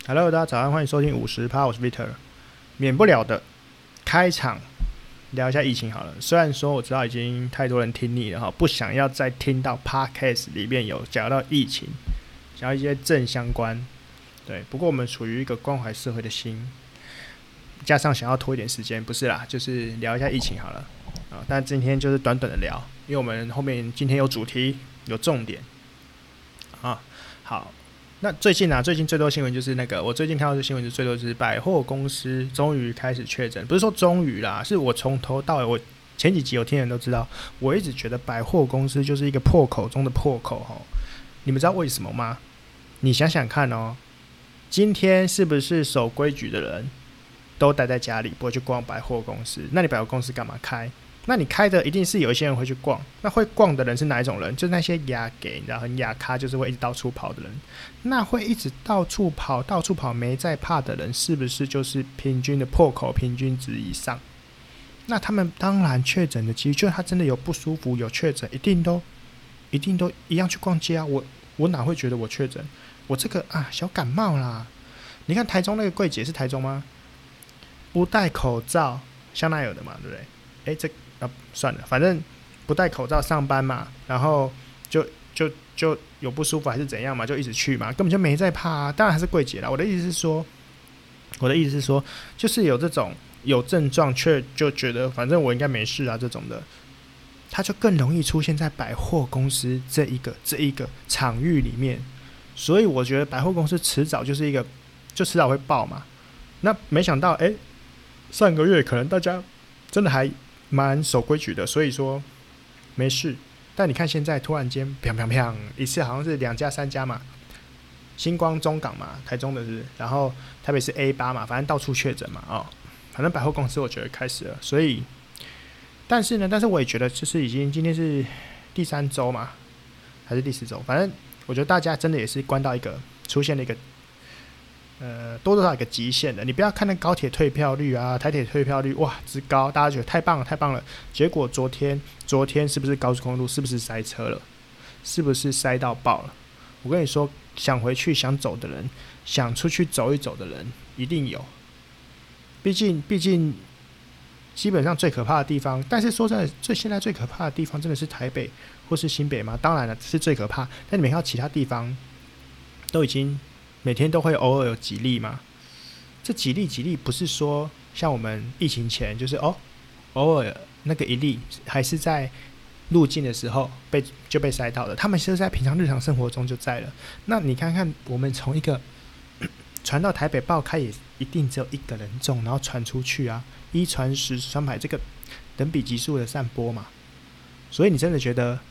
Hello，大家早上，欢迎收听50%，我是 Victor。免不了的开场聊一下疫情好了。虽然说我知道已经太多人听腻了哈，不想要再听到 Podcast 里面有讲到疫情，讲到一些正相关。对，不过我们处于一个关怀社会的心，加上想要拖一点时间，不是啦，就是聊一下疫情好了啊。但今天就是短短的聊，因为我们后面今天有主题，有重点啊。好。那最近最多新闻就是我最近看到的新闻就最多就是百货公司终于开始确诊，不是说终于啦，是我从头到尾，我前几集有听人都知道，我一直觉得百货公司就是一个破口中的破口齁。你们知道为什么吗？你想想看哦，今天是不是守规矩的人都待在家里，不会去逛百货公司？那你百货公司干嘛开？那你开的一定是有一些人会去逛，那会逛的人是哪一种人？就是那些亚给，你知道很亚咖，就是会一直到处跑的人。那会一直到处跑没在怕的人，是不是就是平均的破口平均值以上？那他们当然确诊的几率，就他真的有不舒服有确诊，一定都一样去逛街啊。我哪会觉得我确诊？我这个小感冒啦。你看台中那个柜姐是台中吗？不戴口罩，香奈儿的嘛，对不对？算了，反正不戴口罩上班嘛，然后就有不舒服还是怎样嘛，就一直去嘛，根本就没在怕啊。当然还是柜姐啦。我的意思是说，就是有这种有症状却就觉得反正我应该没事啊这种的，它就更容易出现在百货公司这一个场域里面。所以我觉得百货公司迟早迟早会爆嘛。那没想到上个月可能大家真的还蛮守规矩的，所以说没事。但你看现在突然间砰砰砰一次好像是2家3家嘛，星光中港嘛，台中的是，然后台北是 A8嘛，反正到处确诊嘛反正百货公司我觉得开始了。所以但是我也觉得就是今天是第3周嘛，还是第4周，反正我觉得大家真的也是关到出现了一个多少有个极限的。你不要看那高铁退票率啊，台铁退票率哇之高，大家觉得太棒了。结果昨天是不是高速公路是不是塞车了？是不是塞到爆了？我跟你说，想回去想走的人，想出去走一走的人一定有。毕竟基本上最可怕的地方，但是说真的，现在最可怕的地方真的是台北或是新北吗？当然了，是最可怕。但你没看到其他地方都已经每天都会偶尔有几例嘛？这几例不是说像我们疫情前就是偶尔那个一例还是在入境的时候就被塞到了，他们是在平常日常生活中就在了。那你看看我们从一个传到台北爆开也一定只有1个人中，然后传出去啊，1传10传百，这个等比级数的散播嘛。所以你真的觉得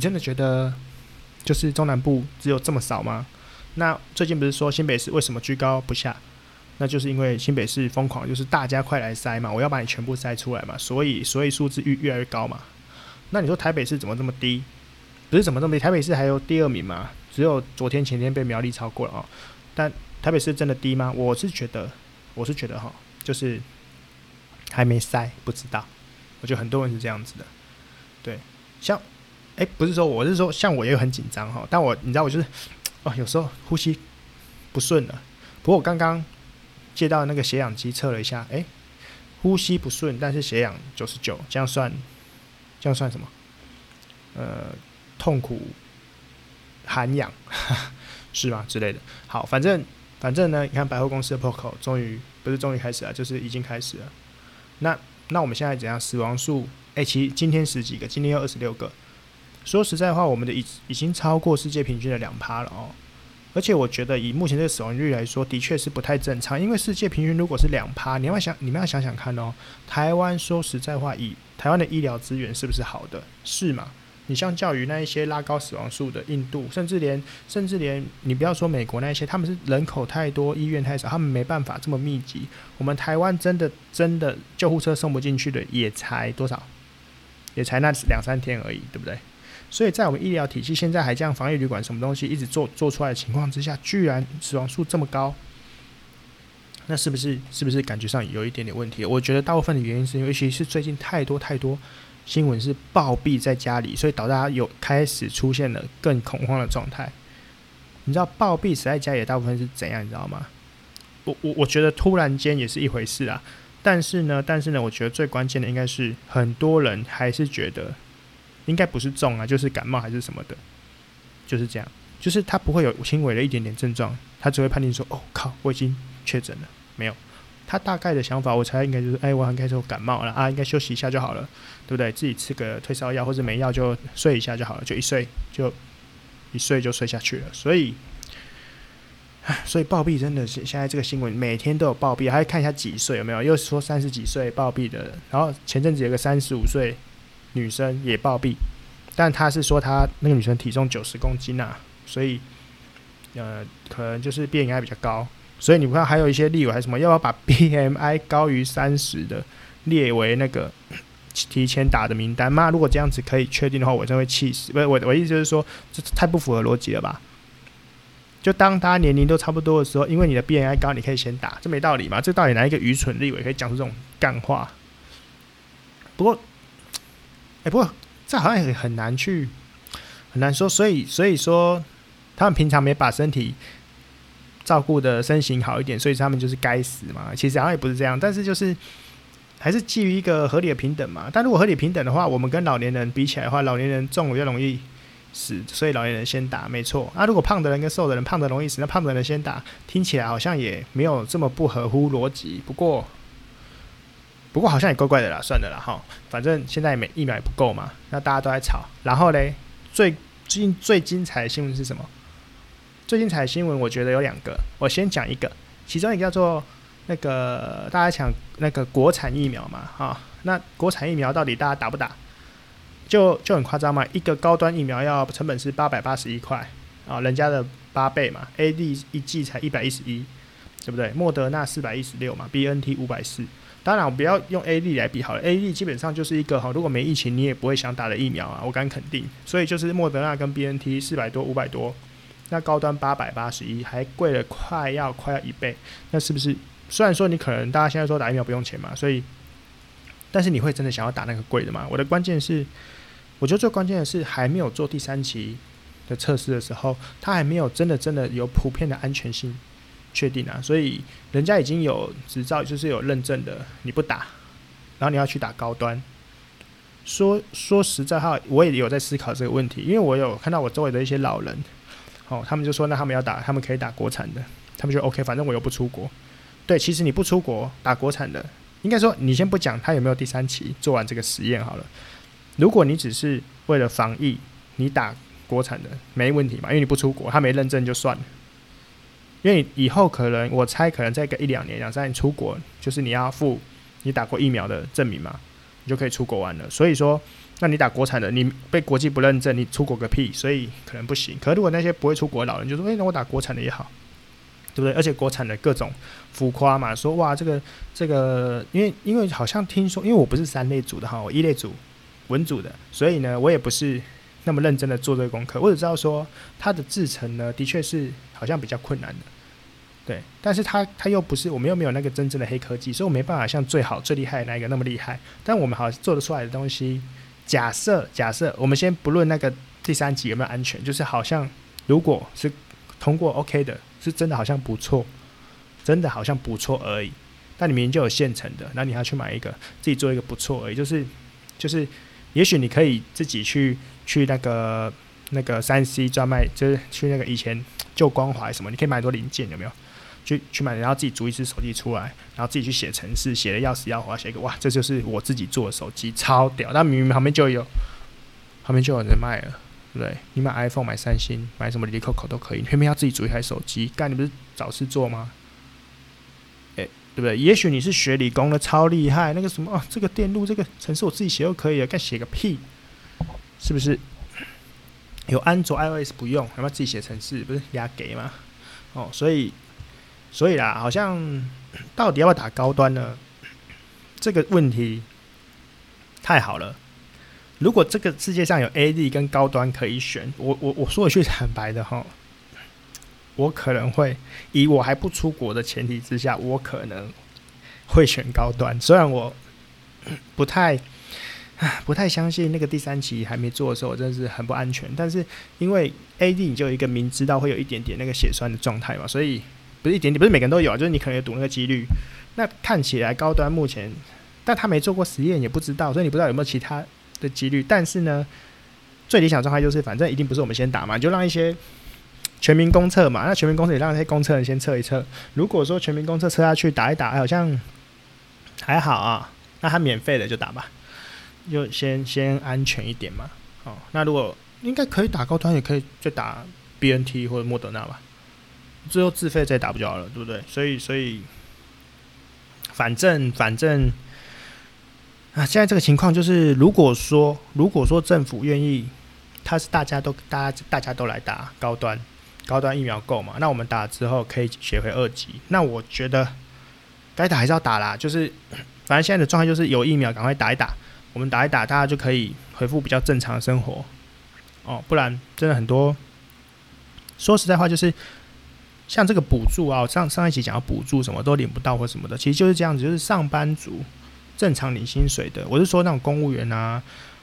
就是中南部只有这么少吗？那最近不是说新北市为什么居高不下？那就是因为新北市疯狂，就是大家快来筛嘛，我要把你全部筛出来嘛，所以数字越来越高嘛。那你说台北市怎么这么低？不是怎么这么低，台北市还有第2名嘛，只有昨天前天被苗栗超过了但台北市真的低吗？我是觉得就是还没筛，不知道。我觉得很多人是这样子的，对，像不是说我是说像我也很紧张但你知道我就是有时候呼吸不顺了。不过我刚刚借到那个血氧机测了一下，呼吸不顺，但是血氧99，这样算什么？痛苦含氧是吗之类的。好，反正呢，你看百货公司的破口终于开始了，就是已经开始了。那我们现在怎样？死亡数其实今天10几个，今天又26个。说实在话，我们的已经超过世界平均的2%了而且我觉得以目前这个死亡率来说，的确是不太正常。因为世界平均如果是2%，你们要想想看台湾说实在话，以台湾的医疗资源是不是好的？是嘛？你相较于那一些拉高死亡数的印度，甚至连你不要说美国那一些，他们是人口太多，医院太少，他们没办法这么密集。我们台湾真的救护车送不进去的也才多少？也才那2-3天而已，对不对？所以在我们医疗体系现在还这样防疫旅馆什么东西一直做出来的情况之下，居然死亡数这么高，那是不是感觉上有一点点问题？我觉得大部分的原因是因为，尤其是最近太多新闻是暴毙在家里，所以导致大家有开始出现了更恐慌的状态。你知道暴毙死在家里的大部分是怎样？你知道吗？ 我觉得突然间也是一回事啊。但是呢，我觉得最关键的应该是很多人还是觉得应该不是中啊，就是感冒还是什么的，就是这样，就是他不会有轻微的一点点症状，他只会判定说，哦靠，我已经确诊了，没有。他大概的想法，我猜应该就是，我应该是感冒了啊，应该休息一下就好了，对不对？自己吃个退烧药或者没药就睡一下就好了，就一睡就睡下去了。所以暴毙真的是现在这个新闻每天都有暴毙，还看一下几岁有没有，又说30几岁暴毙的人，然后前阵子有个35岁女生也暴毙，但她是说她那个女生体重90公斤啊，所以可能就是 BMI 比较高。所以你看，还有一些立委还什么，要不要把 BMI 高于30的列为那个提前打的名单？妈，如果这样子可以确定的话，我真会气死。不是我意思就是说，这太不符合逻辑了吧？就当大家年龄都差不多的时候，因为你的 BMI 高，你可以先打，这没道理嘛？这到底哪一个愚蠢立委可以讲出这种干话？不过这好像也很难说，所以说他们平常没把身体照顾的身形好一点，所以他们就是该死嘛。其实好像也不是这样，但是就是还是基于一个合理的平等嘛。但如果合理平等的话，我们跟老年人比起来的话，老年人重比较容易死，所以老年人先打，没错。如果胖的人跟瘦的人，胖的容易死，那胖的人先打，听起来好像也没有这么不合乎逻辑。不过好像也怪怪的啦，算了啦哈，反正现在疫苗也不够嘛，那大家都在吵。然后嘞，最近最精彩的新闻是什么？最精彩的新闻我觉得有2个，我先讲一个，其中一个叫做那个大家讲那个国产疫苗嘛，那国产疫苗到底大家打不打？就很夸张嘛，一个高端疫苗要成本是881块啊，人家的8倍嘛 ，AD 一剂才111，对不对？莫德纳416嘛 ，BNT 540。当然，我不要用 AD 来比好了 ，AD 基本上就是一个如果没疫情你也不会想打的疫苗啊，我敢肯定。所以就是莫德纳跟 BNT 400多、500多。那高端881，还贵了快要1倍，那是不是？虽然说你可能大家现在说打疫苗不用钱嘛，所以，但是你会真的想要打那个贵的吗？我觉得最关键的是还没有做第3期的测试的时候，它还没有真的有普遍的安全性确定啊，所以人家已经有执照，就是有认证的，你不打，然后你要去打高端。说实在话，我也有在思考这个问题，因为我有看到我周围的一些老人。他们就说那他们可以打国产的，他们就 OK， 反正我又不出国。对，其实你不出国打国产的，应该说你先不讲他有没有第3期做完这个实验好了。如果你只是为了防疫，你打国产的没问题嘛，因为你不出国，他没认证就算了。因为以后我猜可能再个1-2年、2-3年出国，就是你要附你打过疫苗的证明嘛，你就可以出国玩了。所以说。那你打国产的，你被国际不认证，你出国个屁，所以可能不行。可是如果那些不会出国的老人就说，那我打国产的也好，对不对？而且国产的各种浮夸嘛，说哇这个，因为好像听说，因为我不是3类组的哈，我1类组文组的，所以呢，我也不是那么认真的做这个功课。我只知道说它的制程呢，的确是好像比较困难的，对。但是它又不是，我们又没有那个真正的黑科技，所以我没办法像最好最厉害的那一个那么厉害。但我们好像做得出来的东西。假设我们先不论那个第3期有没有安全，就是好像如果是通过 OK 的，是真的好像不错，而已。但你明明就有现成的，然后你还要去买一个，自己做一个不错而已，就是，也许你可以自己去那个3C 专卖，就是去那个以前旧光华什么，你可以买很多零件，有没有？去买，然后自己组一只手机出来，然后自己去写程式，写的要死要活，写一个哇，这就是我自己做的手机，超屌！但明明旁边就有人卖了，对不对？你买 iPhone、买三星、买什么里里扣扣都可以，你偏偏要自己组一台手机，干你不是找事做吗？对不对？也许你是学理工的，超厉害，那个什么这个电路这个程式我自己写就可以了，干写个屁，是不是？有安卓 iOS 不用，要不要自己写程式？不是压给吗？所以啦，好像到底要不要打高端呢？这个问题太好了。如果这个世界上有 AD 跟高端可以选，我说一句坦白的哈，我可能会以我还不出国的前提之下，我可能会选高端。虽然我不太相信那个第3期还没做的时候，真的是很不安全。但是因为 AD 你就有一个明知道会有一点点那个血栓的状态嘛，所以不是一点点，不是每个人都有，就是你可能有赌那个几率。那看起来高端目前，但他没做过实验，也不知道，所以你不知道有没有其他的几率。但是呢，最理想状态就是，反正一定不是我们先打嘛，你就让一些全民公测嘛。那全民公测也让那些公测人先测一测。如果说全民公测测下去打一打，好像还好啊，那他免费的就打吧，就先安全一点嘛。哦，那如果应该可以打高端，也可以就打 BNT 或者莫德纳吧，最后自费再打不就好了，对不对？所以反正啊，现在这个情况就是，如果说政府愿意，他是大家都来打高端疫苗够嘛？那我们打了之后可以学回2级，那我觉得该打还是要打啦。就是反正现在的状态就是有疫苗赶快打一打，我们打一打，大家就可以恢复比较正常的生活哦。不然真的很多，说实在话就是。像这个补助啊，上一期讲到补助什么都领不到或什么的，其实就是这样子，就是上班族正常领薪水的，我是说那种公务员啊，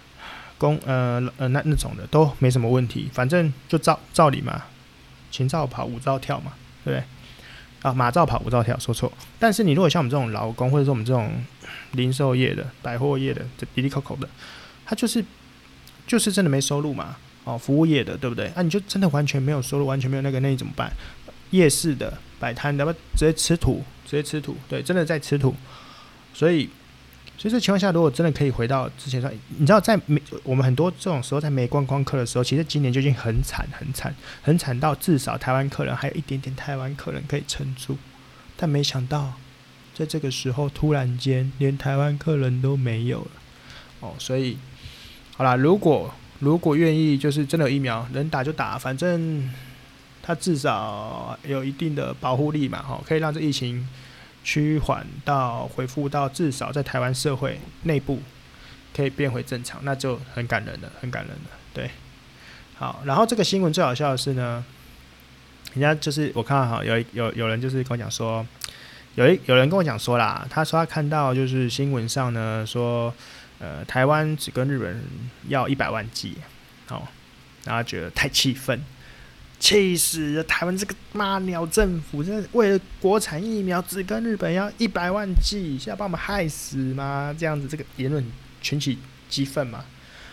那种的都没什么问题，反正就照理嘛，勤照跑，舞照跳嘛，对不对？啊，马照跑，舞照跳，说错。但是你如果像我们这种劳工，或者说我们这种零售业的、百货业的、滴滴扣扣的，他就是真的没收入嘛，哦，服务业的，对不对？你就真的完全没有收入，完全没有那你怎么办？夜市的摆摊的，直接吃土，对，真的在吃土。所以这情况下，如果真的可以回到之前说，你知道，我们很多这种时候在没观光客的时候，其实今年就已经很惨到至少台湾客人还有一点点台湾客人可以撑住，但没想到在这个时候突然间连台湾客人都没有了哦。所以好啦，如果愿意，就是真的有疫苗能打就打，反正。它至少有一定的保护力嘛，可以让这疫情趋缓到恢复到至少在台湾社会内部可以变回正常，那就很感人了，对。好，然后这个新闻最好笑的是呢，人家就是我看到有人就是跟我讲说，有人跟我讲说啦，他说他看到就是新闻上呢说，台湾只跟日本要100万剂，然后他觉得太气愤。气死了！台湾这个妈鸟政府，真的为了国产疫苗只跟日本要100万剂，是要把我们害死吗？这样子，这个言论群起激愤嘛？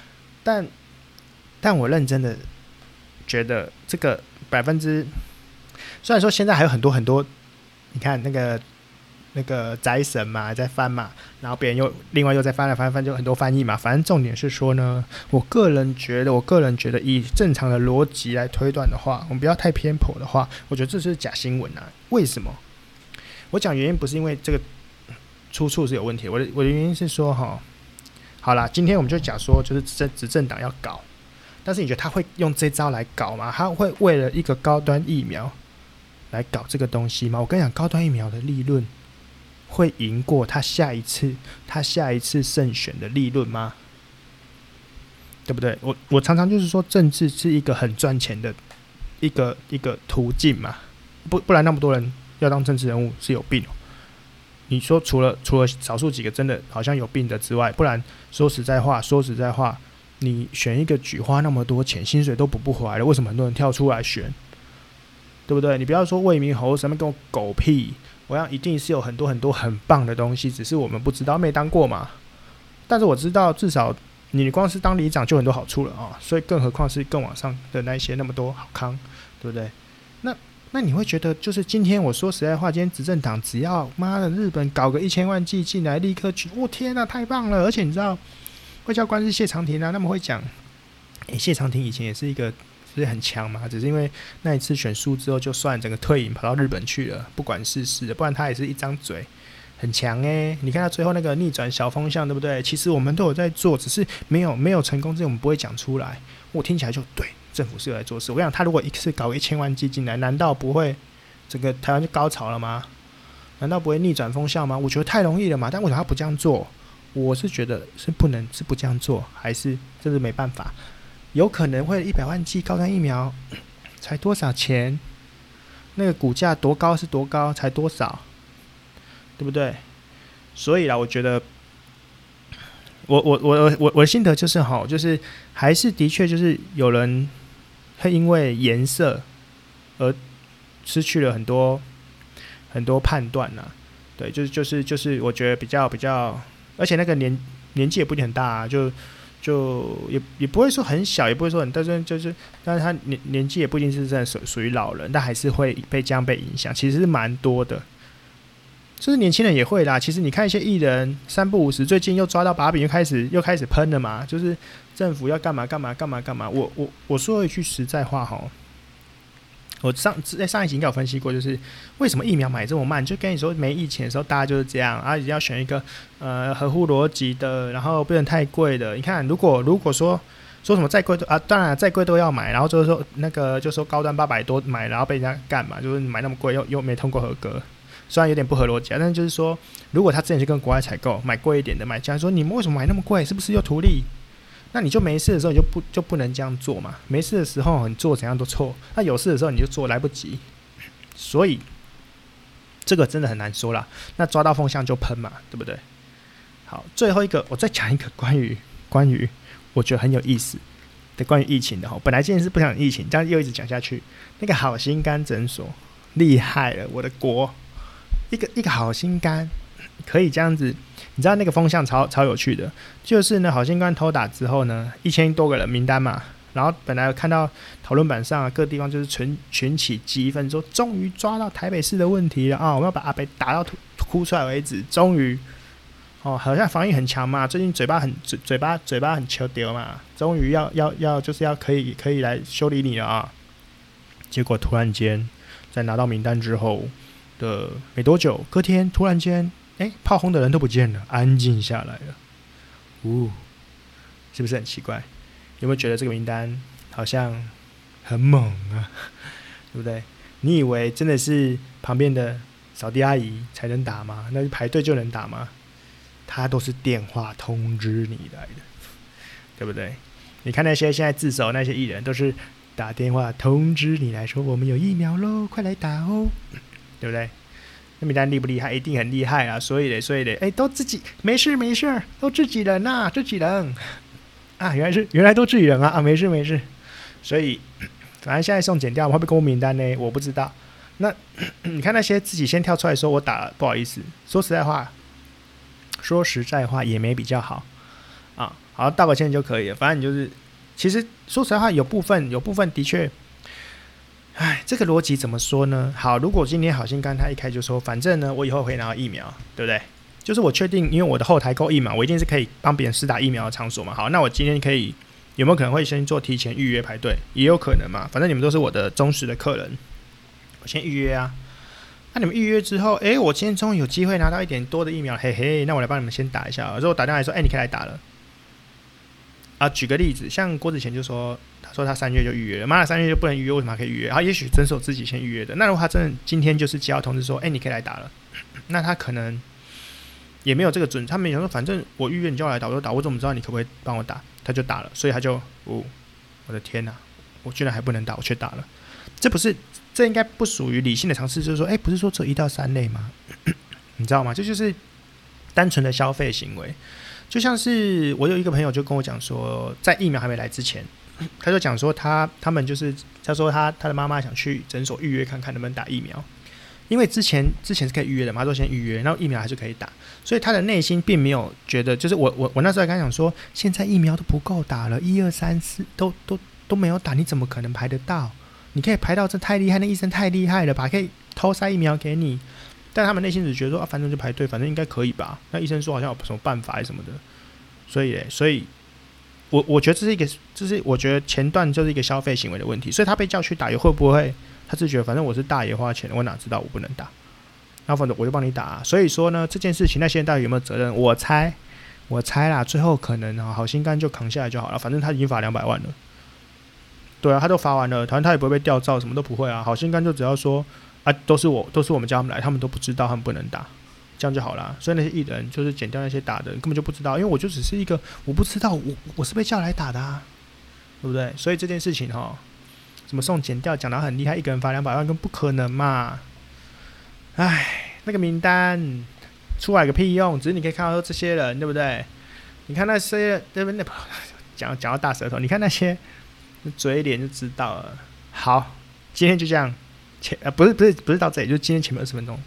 但我认真的觉得，这个虽然说现在还有很多，你看那个宅神嘛在翻嘛，然后别人另外又在翻来翻，就很多翻译嘛。反正重点是说呢，我个人觉得以正常的逻辑来推断的话，我们不要太偏颇的话，我觉得这是假新闻啊。为什么？我讲原因不是因为这个出处是有问题，我的原因是说好啦，今天我们就讲说就是执政党要搞，但是你觉得他会用这招来搞吗？他会为了一个高端疫苗来搞这个东西吗？我跟你讲，高端疫苗的利润会赢过他下一次胜选的利润吗？对不对？我常常就是说，政治是一个很赚钱的一个途径嘛，不然那么多人要当政治人物是有病哦。你说除了少数几个真的好像有病的之外，不然说实在话，你选一个举花那么多钱，薪水都补不回来了，为什么很多人跳出来选？对不对？你不要说魏明侯什么跟我狗屁。我想一定是有很多很棒的东西，只是我们不知道，没当过嘛。但是我知道，至少你光是当里长就很多好处了啊，所以更何况是更往上的那些那么多好康，对不对？那你会觉得，就是今天我说实在话，今天执政党只要妈的日本搞个1000万剂进来，立刻去，天哪，太棒了！而且你知道，外交官是谢长廷啊，那么会讲，谢长廷以前也是一个。是很强嘛？只是因为那一次选输之后，就算整个退隐跑到日本去了，不管世事，不然他也是一张嘴很强你看他最后那个逆转小风向，对不对？其实我们都有在做，只是没有成功，这我们不会讲出来。我听起来就对，政府是有在做事。我想他如果一次搞1000万剂进来，难道不会整个台湾就高潮了吗？难道不会逆转风向吗？我觉得太容易了嘛。但为什么他不这样做？我是觉得是不这样做，还是真的没办法？有可能会100万剂高端疫苗才多少钱？那个股价多高是多高，才多少，对不对？所以啦，我觉得我的心得就是就是还是的确就是有人会因为颜色而失去了很多很多判断啊。对，就是我觉得比较，而且那个年纪也不一定很大啊，就也不会说很小，也不会说很大，但是他年纪也不一定是真的属于老人，但还是会这样被影响，其实是蛮多的。就是年轻人也会啦，其实你看一些艺人3不5时，最近又抓到把柄，又开始喷了嘛，就是政府要干嘛。我说一句实在话齁，我在上一集应该有分析过，就是为什么疫苗买这么慢，就跟你说没疫情的时候大家就是这样啊，一定要选一个合乎逻辑的，然后不能太贵的。你看如果说什么再贵啊，当然再贵都要买，然后就是说就说高端800多买，然后被人家干嘛，就是你买那么贵又没通过合格。虽然有点不合逻辑，但是就是说，如果他之前去跟国外采购，买贵一点的买家说你们为什么买那么贵，是不是又图利？那你就没事的时候你就不能这样做嘛。没事的时候你做怎样都错，那有事的时候你就做来不及。所以这个真的很难说啦。那抓到风向就喷嘛，对不对？好，最后一个我再讲一个关于我觉得很有意思的关于疫情的哈。本来今天是不想疫情，这样又一直讲下去。那个好心肝诊所厉害了，我的国！一个好心肝可以这样子，你知道那个风向超有趣的，就是呢，好心肝偷打之后呢，1000多个人名单嘛，然后本来看到讨论板上各地方就是群起激愤，说终于抓到台北市的问题了啊，我们要把阿北打到哭出来为止，终于好像防疫很强嘛，最近嘴巴很秋丢嘛，终于要就是要可以来修理你了啊，结果突然间在拿到名单之后的没多久，隔天突然间，炮轰的人都不见了，安静下来了。是不是很奇怪？有没有觉得这个名单好像很猛啊？对不对？你以为真的是旁边的扫地阿姨才能打吗？那排队就能打吗？他都是电话通知你来的，对不对？你看那些现在自首那些艺人，都是打电话通知你来说我们有疫苗咯，快来打哦。对不对？那名单厉不厉害？一定很厉害啊！所以嘞，都自己没事，都自己人啊，自己人啊，原来都自己人啊，没事。所以反正现在送检调，会不会公布名单呢？我不知道。那你看那些自己先跳出来说我打了，不好意思，说实在话也没比较好啊，好道个歉就可以了。反正你就是，其实说实在话，有部分的确。这个逻辑怎么说呢？好，如果今天好心肝他一开就说，反正呢，我以后会拿到疫苗，对不对？就是我确定，因为我的后台够硬嘛，我一定是可以帮别人施打疫苗的场所嘛。好，那我今天有没有可能会先做提前预约排队？也有可能嘛，反正你们都是我的忠实的客人，我先预约啊。那你们预约之后，我今天终于有机会拿到一点多的疫苗，嘿嘿，那我来帮你们先打一下。然后我打电话来说，你可以来打了。啊，举个例子，像郭子乾就说，他说他3月就预约了，妈的3月就不能预约，为什么还可以预约？也许真是我自己先预约的。那如果他真的今天就是接到通知说，你可以来打了，那他可能也没有这个准，他没想说，反正我预约你叫我来打，我就打，我怎么知道你可不可以帮我打？他就打了，所以他就，我的天哪，我居然还不能打，我却打了，这应该不属于理性的尝试，就是说，不是说只有1到3类吗？你知道吗？这就是单纯的消费行为。就像是我有一个朋友就跟我讲说，在疫苗还没来之前，他就讲说他们就是他说他的妈妈想去诊所预约看看能不能打疫苗，因为之前是可以预约的嘛，他说先预约，然后疫苗还是可以打，所以他的内心并没有觉得，就是我那时候还跟他讲说，现在疫苗都不够打了，1、2、3、4都没有打，你怎么可能排得到？你可以排到，这太厉害，那医生太厉害了吧，可以偷塞疫苗给你。但他们内心只觉得说反正就排队，反正应该可以吧？那医生说好像有什么办法还是什么的，所以我觉得这是我觉得前段就是一个消费行为的问题，所以他被叫去打，也会不会他是觉得反正我是大爷花钱，我哪知道我不能打？然后反正我就帮你打所以说呢，这件事情那些人到底有没有责任？我猜啦，最后可能好心肝就扛下来就好了，反正他已经罚200万了。对啊，他都罚完了，他也不会被吊照，什么都不会啊。好心肝就只要说。都是我们叫他们来，他们都不知道，他们不能打，这样就好了。所以那些艺人就是剪掉那些打的，根本就不知道，因为我就只是一个我不知道，我是被叫来打的啊，对不对？所以这件事情怎么送剪掉，讲得很厉害，一个人罚200万，更不可能嘛。那个名单出来个屁用，只是你可以看到这些人，对不对？你看那些对不对？讲到大舌头，你看那些嘴脸就知道了。好，今天就这样。不是到这里，就今天前面20分钟，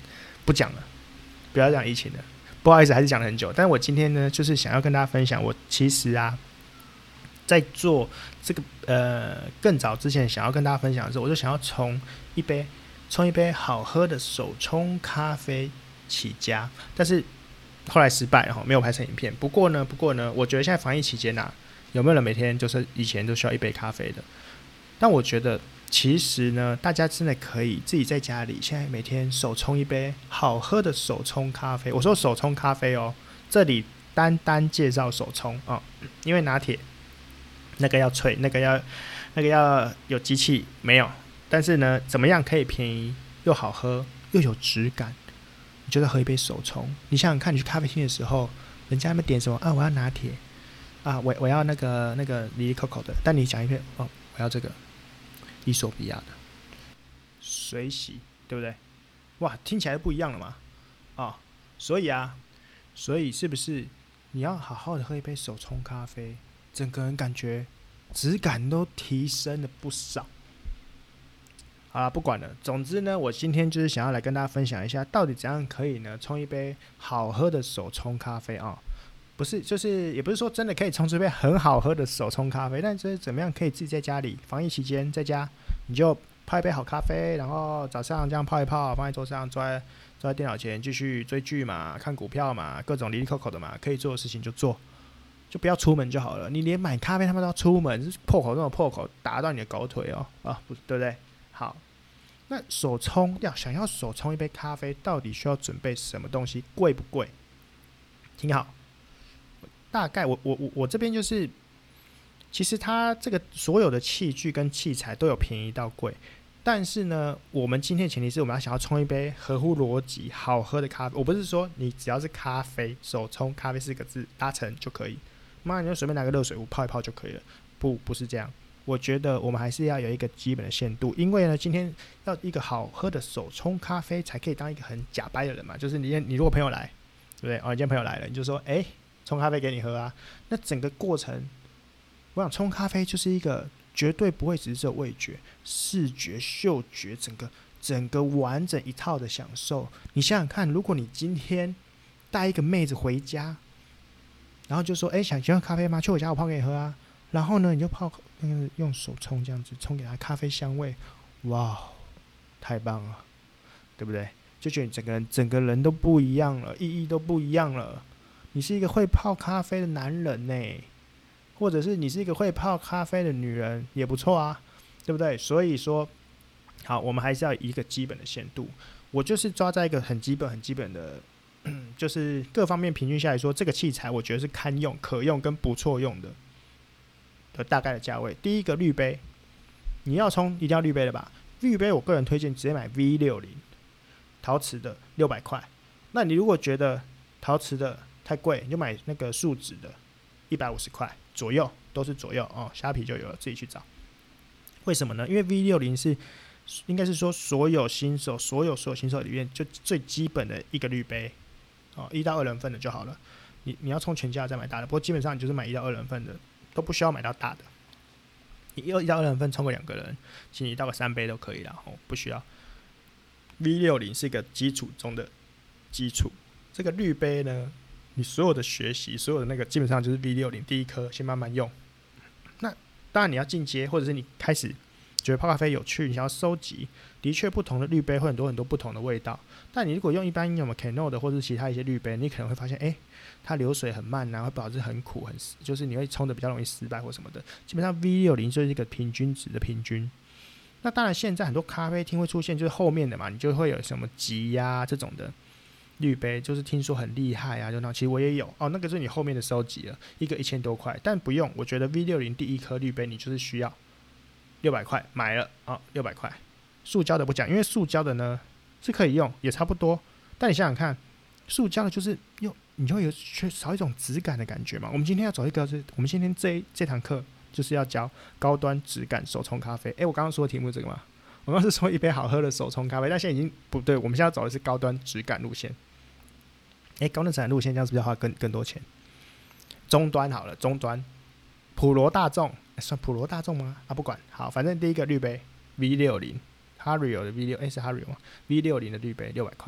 不讲了，不要讲疫情了，不好意思，还是讲了很久。但是我今天呢，就是想要跟大家分享，我其实啊，在做这个更早之前想要跟大家分享的时候，我就想要冲一杯好喝的手冲咖啡起家，但是后来失败了，没有拍成影片。不过呢，我觉得现在防疫期间有没有人每天就是以前都需要一杯咖啡的？但我觉得其实呢，大家真的可以自己在家里，现在每天手冲一杯好喝的手冲咖啡。我说手冲咖啡哦，这里单介绍手冲哦，因为拿铁那个要萃，那个要有机器，没有。但是呢，怎么样可以便宜又好喝又有质感？你就在喝一杯手冲。你想想看，你去咖啡厅的时候，人家那边点什么啊？我要拿铁啊，我要那个里里口口的。但你讲一遍哦，我要这个伊索比亚的水洗，对不对？哇，听起来不一样了嘛啊！所以是不是你要好好的喝一杯手冲咖啡，整个人感觉质感都提升了不少。好了，不管了。总之呢，我今天就是想要来跟大家分享一下，到底怎样可以呢冲一杯好喝的手冲咖啡啊？不是，就是也不是说真的可以冲出一杯很好喝的手冲咖啡，但是怎么样可以自己在家里防疫期间在家，你就泡一杯好咖啡，然后早上这样泡一泡，放在桌上，坐在电脑前继续追剧嘛，看股票嘛，各种离离口口的嘛，可以做的事情就做，就不要出门就好了。你连买咖啡他们都要出门，破口那种破口打到你的狗腿哦，对不对？好。那想要手冲一杯咖啡，到底需要准备什么东西？贵不贵？听好，大概我这边就是，其实它这个所有的器具跟器材都有便宜到贵，但是呢，我们今天的前提是我们要想要冲一杯合乎逻辑、好喝的咖啡。我不是说你只要是咖啡手冲咖啡4个字搭成就可以，妈你就随便拿个热水壶泡一泡就可以了，不是这样。我觉得我们还是要有一个基本的限度，因为呢，今天要一个好喝的手冲咖啡，才可以当一个很假掰的人嘛。就是你如果朋友来，对不对？哦，你今天朋友来了，你就说，冲咖啡给你喝啊。那整个过程，我想冲咖啡就是一个绝对不会只是味觉、视觉、嗅觉，整个完整一套的享受。你想想看，如果你今天带一个妹子回家，然后就说，想喝咖啡吗？去我家我泡给你喝啊。然后呢，你就泡用手冲这样子冲给它咖啡香味，哇，太棒了，对不对？就觉得你整个人都不一样了，意义都不一样了。你是一个会泡咖啡的男人呢，或者是你是一个会泡咖啡的女人也不错啊，对不对？所以说，好，我们还是要一个基本的限度。我就是抓在一个很基本的，就是各方面平均下来说，这个器材我觉得是堪用、可用跟不错用的。大概的价位，第一个滤杯，你要冲一定要滤杯的吧？滤杯我个人推荐直接买 V60，陶瓷的600块。那你如果觉得陶瓷的太贵，你就买那个树脂的，150块左右，都是左右哦，虾皮就有了，自己去找。为什么呢？因为 V60是应该是说所有新手里面就最基本的一个滤杯哦，1到2人份的就好了。你要冲全家再买大的，不过基本上你就是买1到2人份的。都不需要买到大的，你1到2人份冲个2个人，其实你倒个3杯都可以啦，不需要。V60是一个基础中的基础，这个滤杯呢，你所有的学习，所有的那个基本上就是 V60第一颗，先慢慢用。那当然你要进阶，或者是你开始觉得泡咖啡有趣，你想要收集，的确不同的滤杯会很多不同的味道。但你如果用一般什么 Kano 的或者其他一些滤杯，你可能会发现，它流水很慢啊，会导致很苦，就是你会冲的比较容易失败或什么的。基本上 V60就是一个平均值的平均。那当然现在很多咖啡厅会出现就是后面的嘛，你就会有什么吉这种的滤杯，就是听说很厉害啊，就那其实我也有哦，那个是你后面的收集了，一个1000多块，但不用，我觉得 V60第一颗滤杯你就是需要600块买了啊，600块。塑胶的不讲，因为塑胶的呢是可以用，也差不多。但你想想看，塑胶的就是你就会有缺少一种质感的感觉嘛。我们今天要走一个，我们今天这堂课就是要教高端质感手冲咖啡。我刚刚说的题目是这个吗？我刚刚是说一杯好喝的手冲咖啡，但现在已经不对，我们现在要走的是高端质感路线。高端质感路线这样是不是要花更多钱？中端好了，中端普罗大众，算普罗大众吗？不管，好，反正第一个滤杯 V60 Hario 的 V6，是 Hario 吗？ V60 的滤杯600块。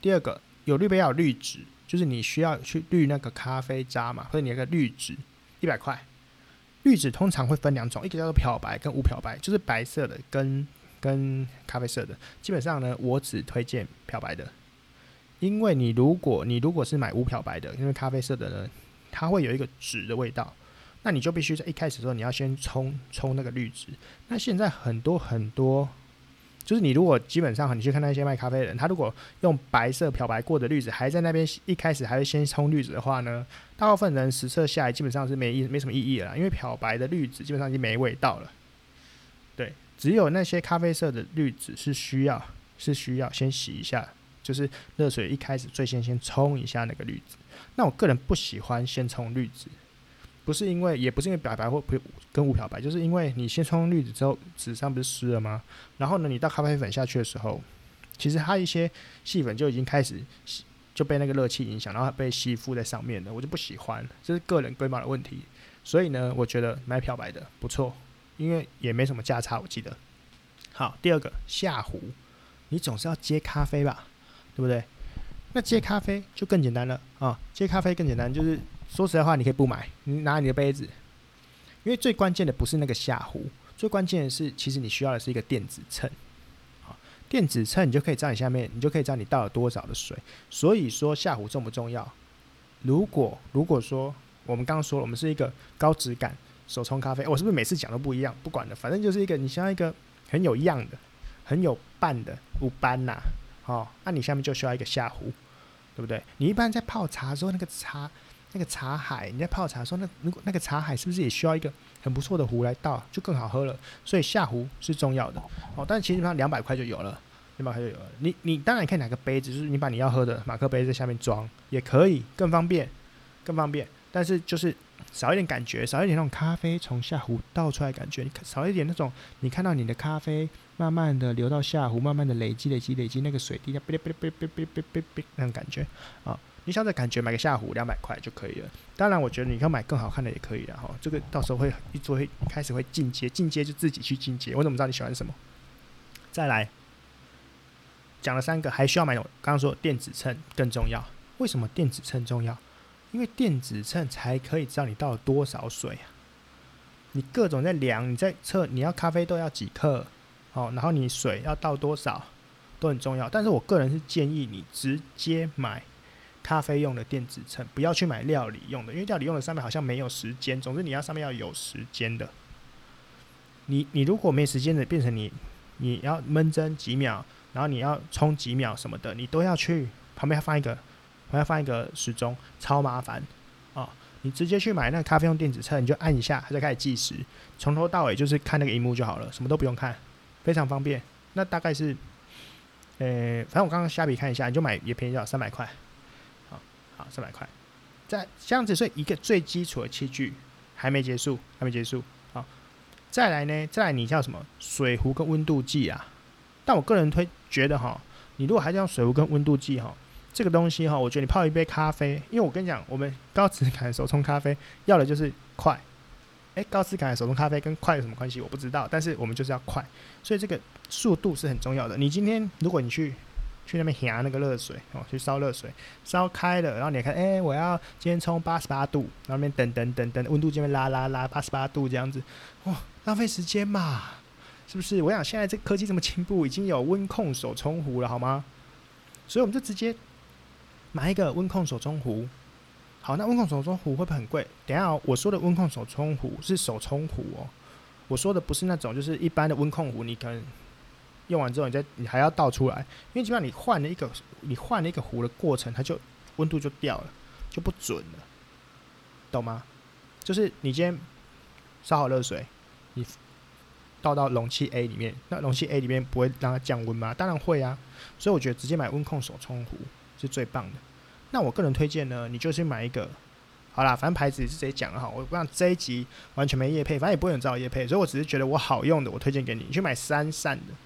第二个有滤杯要有滤纸，就是你需要去滤那个咖啡渣嘛，或者你有个滤纸，100块。滤纸通常会分2种，一个叫做漂白跟无漂白，就是白色的跟咖啡色的。基本上呢，我只推荐漂白的，因为你如果是买无漂白的，因为咖啡色的呢，它会有一个纸的味道，那你就必须在一开始的时候你要先冲那个滤纸。那现在很多就是你如果基本上你去看那些卖咖啡的人，他如果用白色漂白过的滤纸，还在那边一开始还会先冲滤纸的话呢，大部分人实测下来基本上是没什么意义了啦，因为漂白的滤纸基本上已经没味道了。对，只有那些咖啡色的滤纸是需要先洗一下，就是热水一开始最先冲一下那个滤纸。那我个人不喜欢先冲滤纸，也不是因为漂白或跟无漂白，就是因为你先冲滤纸之后，纸上不是湿了吗？然后呢，你倒咖啡粉下去的时候，其实它一些细粉就已经开始就被那个热气影响，然后被吸附在上面了，我就不喜欢，这是个人规模的问题。所以呢，我觉得买漂白的不错，因为也没什么价差，我记得。好，第二个下壶，你总是要接咖啡吧，对不对？那接咖啡就更简单了啊！接咖啡更简单，就是说实在话，你可以不买，你拿你的杯子，因为最关键的不是那个下壶，最关键的是，其实你需要的是一个电子秤。电子秤你就可以知道你下面，你就可以知道你倒了多少的水。所以说下壶重不重要？如果说我们刚刚说了，我们是一个高质感手冲咖啡，我是不是每次讲都不一样？不管了，反正就是一个你想要一个很有样的、很有伴的无斑呐。那你下面就需要一个下壶，对不对？你一般在泡茶的时候，那个茶海，你在泡茶的时候，那个茶海是不是也需要一个很不错的壶来倒，就更好喝了？所以下壶是重要的但其实它200块就有了，200块就有了。你当然可以拿个杯子，就是你把你要喝的马克杯在下面装，也可以，更方便。但是就是少一点感觉，少一点那种咖啡从下壶倒出来的感觉，少一点那种你看到你的咖啡慢慢的流到下壶，慢慢的累积那个水滴，那种感觉啊。你想这感觉，买个下壶200块就可以了。当然，我觉得你要买更好看的也可以的哈。这个到时候会开始会进阶就自己去进阶。我怎么知道你喜欢什么？再来讲了3个，还需要买。刚刚说电子秤更重要，为什么电子秤重要？因为电子秤才可以知道你倒了多少水啊。你各种在量，你在测你要咖啡豆要几克，然后你水要倒多少都很重要。但是我个人是建议你直接买咖啡用的电子秤，不要去买料理用的，因为料理用的上面好像没有时间。总之你要上面要有时间的。你如果没时间的，变成你要闷蒸几秒，然后你要冲几秒什么的，你都要去旁边放一个时钟，超麻烦你直接去买那个咖啡用电子秤，你就按一下，它就开始计时，从頭到尾就是看那个萤幕就好了，什么都不用看，非常方便。那大概是，反正我刚刚虾皮看一下，你就买也便宜到300块，好300块。这样子，所以一个最基础的器具还没结束，好，再来你叫什么？水壶跟温度计啊。但我个人觉得你如果还是用水壶跟温度计这个东西我觉得你泡一杯咖啡，因为我跟你讲，我们高质感的手冲咖啡要的就是快。高质感的手冲咖啡跟快有什么关系？我不知道，但是我们就是要快，所以这个速度是很重要的。你今天如果你去那边压那个热水去烧热水，烧开了，然后你看，我要今天冲88度，然后那边等，温度这边拉88度这样子，浪费时间嘛，是不是？我想现在这科技这么进步，已经有温控手冲壶了，好吗？所以我们就直接买一个温控手冲壶。好，那温控手冲壶会不会很贵？等一下我说的温控手冲壶是手冲壶我说的不是那种就是一般的温控壶，你可能用完之后你还要倒出来，因为基本上你换了一个壶的过程，它就温度就掉了，就不准了，懂吗？就是你今天烧好热水，你倒到容器 A 里面，那容器 A 里面不会让它降温吗？当然会啊，所以我觉得直接买温控手冲壶是最棒的。那我个人推荐呢，你就去买一个，好啦，反正牌子是直接讲了哈。我讲这一集完全没业配，反正也不会有人找我业配，所以我只是觉得我好用的，我推荐给你。你去买3善的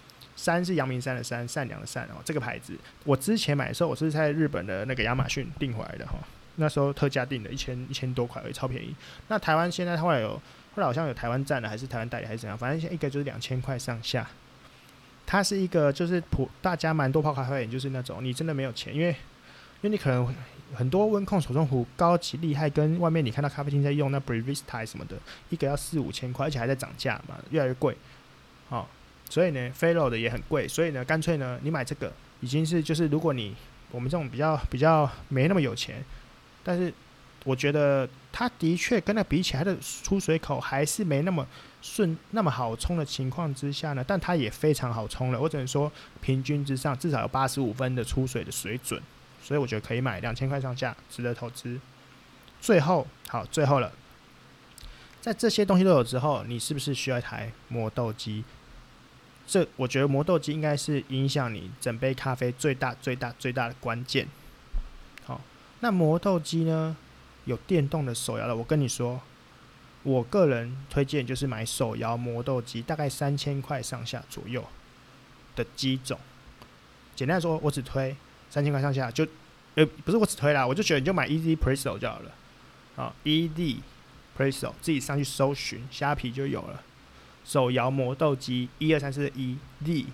，3是阳明山的3，善良的善这个牌子，我之前买的时候，我是在日本的那个亚马逊订回来的那时候特价订的1000多块而已，超便宜。那台湾现在后来好像有台湾站的，还是台湾代理还是怎样，反正一个就是2000块上下。 它是一个就是大家蛮多泡咖啡，就是那种你真的没有钱，因为你可能很多温控手冲壶高级厉害，跟外面你看到咖啡厅在用那 Brevista 什么的，一个要4-5千块，而且还在涨价嘛，越来越贵。哦，所以呢 Fellow 的也很贵，所以呢干脆呢你买这个已经是就是如果我们这种比较没那么有钱，但是我觉得它的确跟那比起来，它的出水口还是没那么顺那么好冲的情况之下呢，但它也非常好冲了，我只能说平均之上至少有85分的出水的水准，所以我觉得可以买，2000块上下值得投资。最后了，在这些东西都有之后，你是不是需要一台磨豆机？我觉得磨豆机应该是影响你整杯咖啡最大的关键。好，那磨豆机呢，有电动的手摇的，我跟你说，我个人推荐就是买手摇磨豆机，大概3000块上下左右的机种。简单来说，我只推3000块上下，不是我只推啦，我就觉得你就买 Easy Presso 就好了。好 ，Easy Presso 自己上去搜寻，虾皮就有了。手摇磨豆机，1234的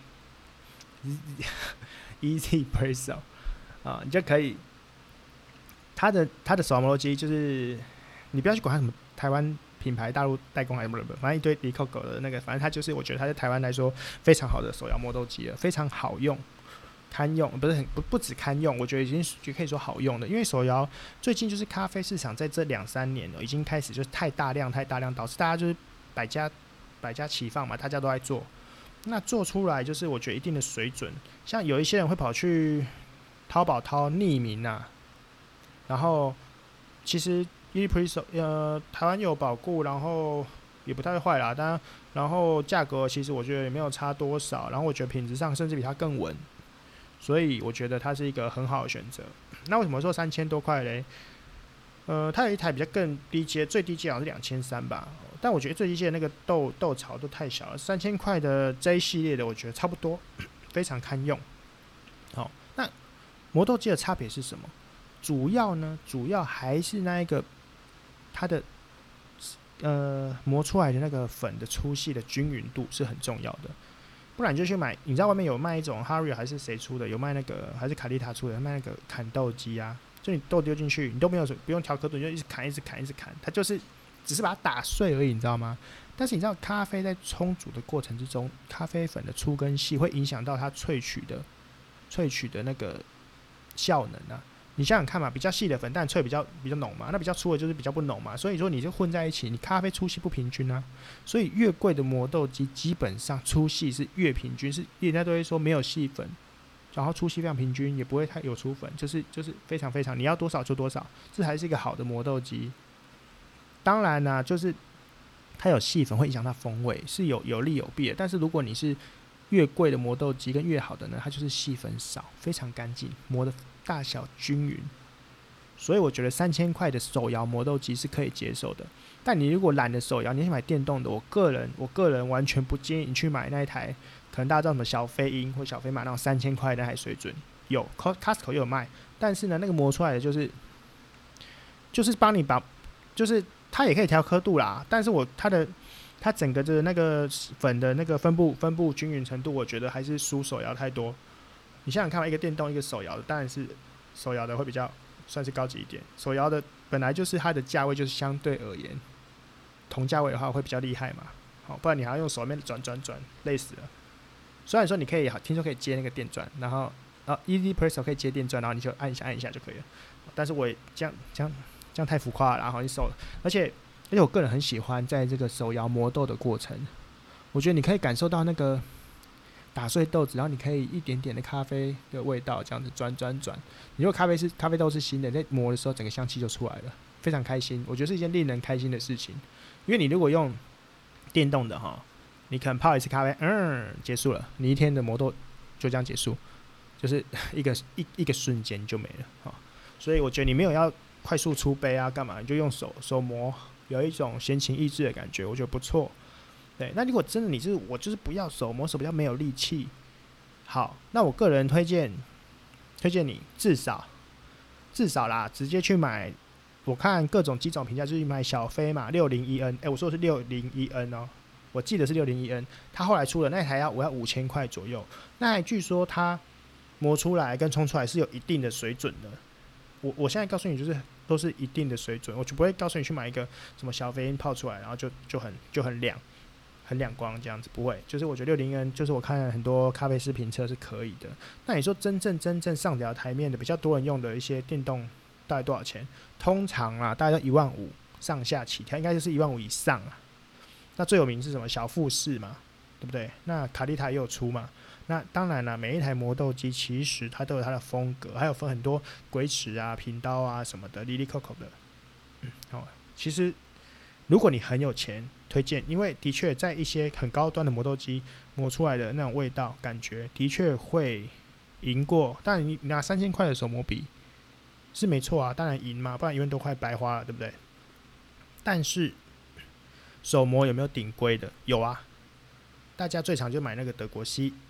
Easy Presso 啊，你就可以。它的手摇磨豆机就是你不要去管它什么台湾品牌、大陆代工还是什么，反正一堆离口狗的那个，反正它就是我觉得它在台湾来说非常好的手摇磨豆机了，非常好用。堪用不止堪用，我觉得已经就可以说好用的，因为手摇最近就是咖啡市场在这2-3年了，已经开始就是太大量，导致大家就是百家齐放嘛，大家都在做，那做出来就是我觉得一定的水准，像有一些人会跑去淘宝匿名啊，然后其实 Presso 台湾有保固，然后也不太会坏啦，当然然后价格其实我觉得也没有差多少，然后我觉得品质上甚至比它更稳。所以我觉得它是一个很好的选择。那为什么说3000多块嘞？它有一台比较更低阶，最低阶好像是2300吧。但我觉得最低阶的那个豆槽都太小了，3000块的 J 系列的我觉得差不多，非常堪用。好，那磨豆机的差别是什么？主要还是那一个它的磨出来的那个粉的粗细的均匀度是很重要的。不然你就去买，你知道外面有卖一种 Harry 还是谁出的，有卖那个还是卡丽塔出的，卖那个砍豆机啊，就你豆丢进去，你都不用调刻度，你就一直砍，它就是只是把它打碎而已，你知道吗？但是你知道咖啡在冲煮的过程之中，咖啡粉的粗跟细会影响到它萃取的那个效能啊。你想想看嘛，比较细的粉，但萃比较浓嘛，那比较粗的就是比较不浓嘛，所以说你就混在一起，你咖啡粗细不平均啊。所以越贵的磨豆机基本上粗细是越平均，是人家都会说没有细粉，然后粗细非常平均，也不会太有粗粉，就是非常非常你要多少就多少，这还是一个好的磨豆机。当然啦、就是它有细粉会影响它风味，是有利有弊的。但是如果你是越贵的磨豆机跟越好的呢，它就是细粉少，非常干净，磨的大小均匀，所以我觉得3000块的手摇磨豆机是可以接受的。但你如果懒得手摇，你想买电动的，我个人完全不建议你去买那一台，可能大家知道什么小飞鹰或小飞马那种3000块的那台水准，有 Costco 也有卖，但是呢，那个磨出来的就是帮你把，就是它也可以调刻度啦，但是它整个的那个粉的那个分布均匀程度，我觉得还是输手摇太多。你想想看嘛，一个电动一个手摇的，当然是手摇的会比较算是高级一点。手摇的本来就是它的价位就是相对而言，同价位的话会比较厉害嘛。好，不然你还要用手面转，累死了。虽然说你可以听说可以接那个电钻，然后Easy Presso 可以接电钻，然后你就按一下就可以了。但是我也这样太浮夸了，然后你手，而且我个人很喜欢在这个手摇磨豆的过程，我觉得你可以感受到那个打碎豆子，然后你可以一点点的咖啡的味道这样子转。你如果咖啡豆是新的，在磨的时候整个香气就出来了，非常开心。我觉得是一件令人开心的事情，因为你如果用电动的哈，你可能泡一次咖啡，结束了，你一天的磨豆就这样结束，就是一个瞬间就没了哈。所以我觉得你没有要快速出杯啊，干嘛你就用手磨，有一种闲情逸致的感觉，我觉得不错。对，那如果真的我就是不要手磨，手比较没有力气，好，那我个人推荐你至少啦，直接去买。我看各种机种评价就是买小飞嘛，601N，我说的是601N哦我记得是601N，他后来出了那台我要5000块左右，那还据说他磨出来跟冲出来是有一定的水准的。我现在告诉你，就是都是一定的水准，我就不会告诉你去买一个什么小飞鹰泡出来，然后就很亮，很亮光这样子，不会。就是我觉得60N，就是我看很多咖啡师评测是可以的。那你说真正上得了台面的，比较多人用的一些电动，大概多少钱？通常啦，大概都15000上下起跳，应该就是15000以上啊。那最有名是什么？小富士嘛，对不对？那卡利塔也有出嘛。那当然了，每一台磨豆机其实它都有它的风格，还有分很多鬼齿啊、平刀啊什么的，哩哩扣扣的。其实如果你很有钱，推荐，因为的确在一些很高端的磨豆机磨出来的那种味道感觉，的确会赢过。当然你拿3000块的手磨比是没错啊，当然赢嘛，不然1万多块白花了，对不对？但是手磨有没有顶规的？有啊，大家最常就买那个德国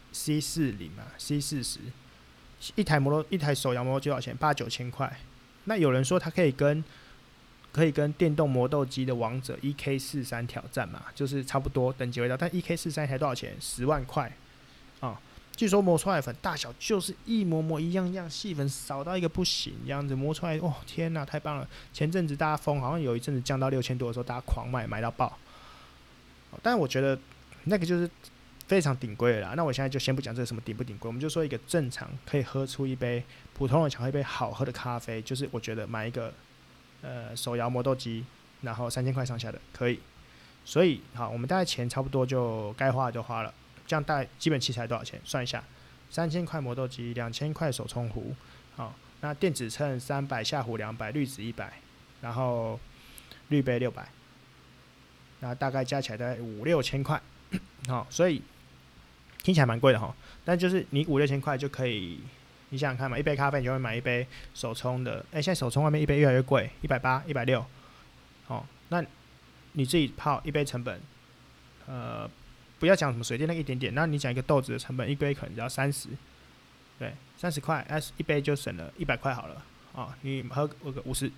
C40 嘛 ，C40 一台手摇磨豆机多少钱？8、9千块。那有人说它可以跟电动磨豆机的王者 EK43 挑战嘛，就是差不多等级味道。但 EK43 台多少钱？10万块啊！据说磨出来的粉大小就是一模一样，细粉少到一个不行，这样子磨出来，哦天哪，太棒了！前阵子大家疯，好像有一阵子降到6000多的时候，大家狂买到爆。但是我觉得那个就是非常顶规的啦。那我现在就先不讲这个什么顶不顶规，我们就说一个正常可以喝出一杯普通人想喝一杯好喝的咖啡，就是我觉得买一个手摇磨豆机，然后3000块上下的可以。所以好，我们大概钱差不多就该花的就花了。这样大概基本器材多少钱？算一下，3000块磨豆机，2000块手冲壶，好，那电子秤300，下壶200，滤纸100，然后滤杯600，那大概加起来大概5、6千块，好，所以听起来蛮贵的哈。但就是你5、6千块就可以，你想想看嘛，一杯咖啡你就会买一杯手冲的，现在手冲外面一杯越来越贵，180、160，好，那你自己泡一杯成本，不要讲什么水电那个一点点，那你讲一个豆子的成本，一杯可能只要30，对，30块，一杯就省了100块好了啊。你喝个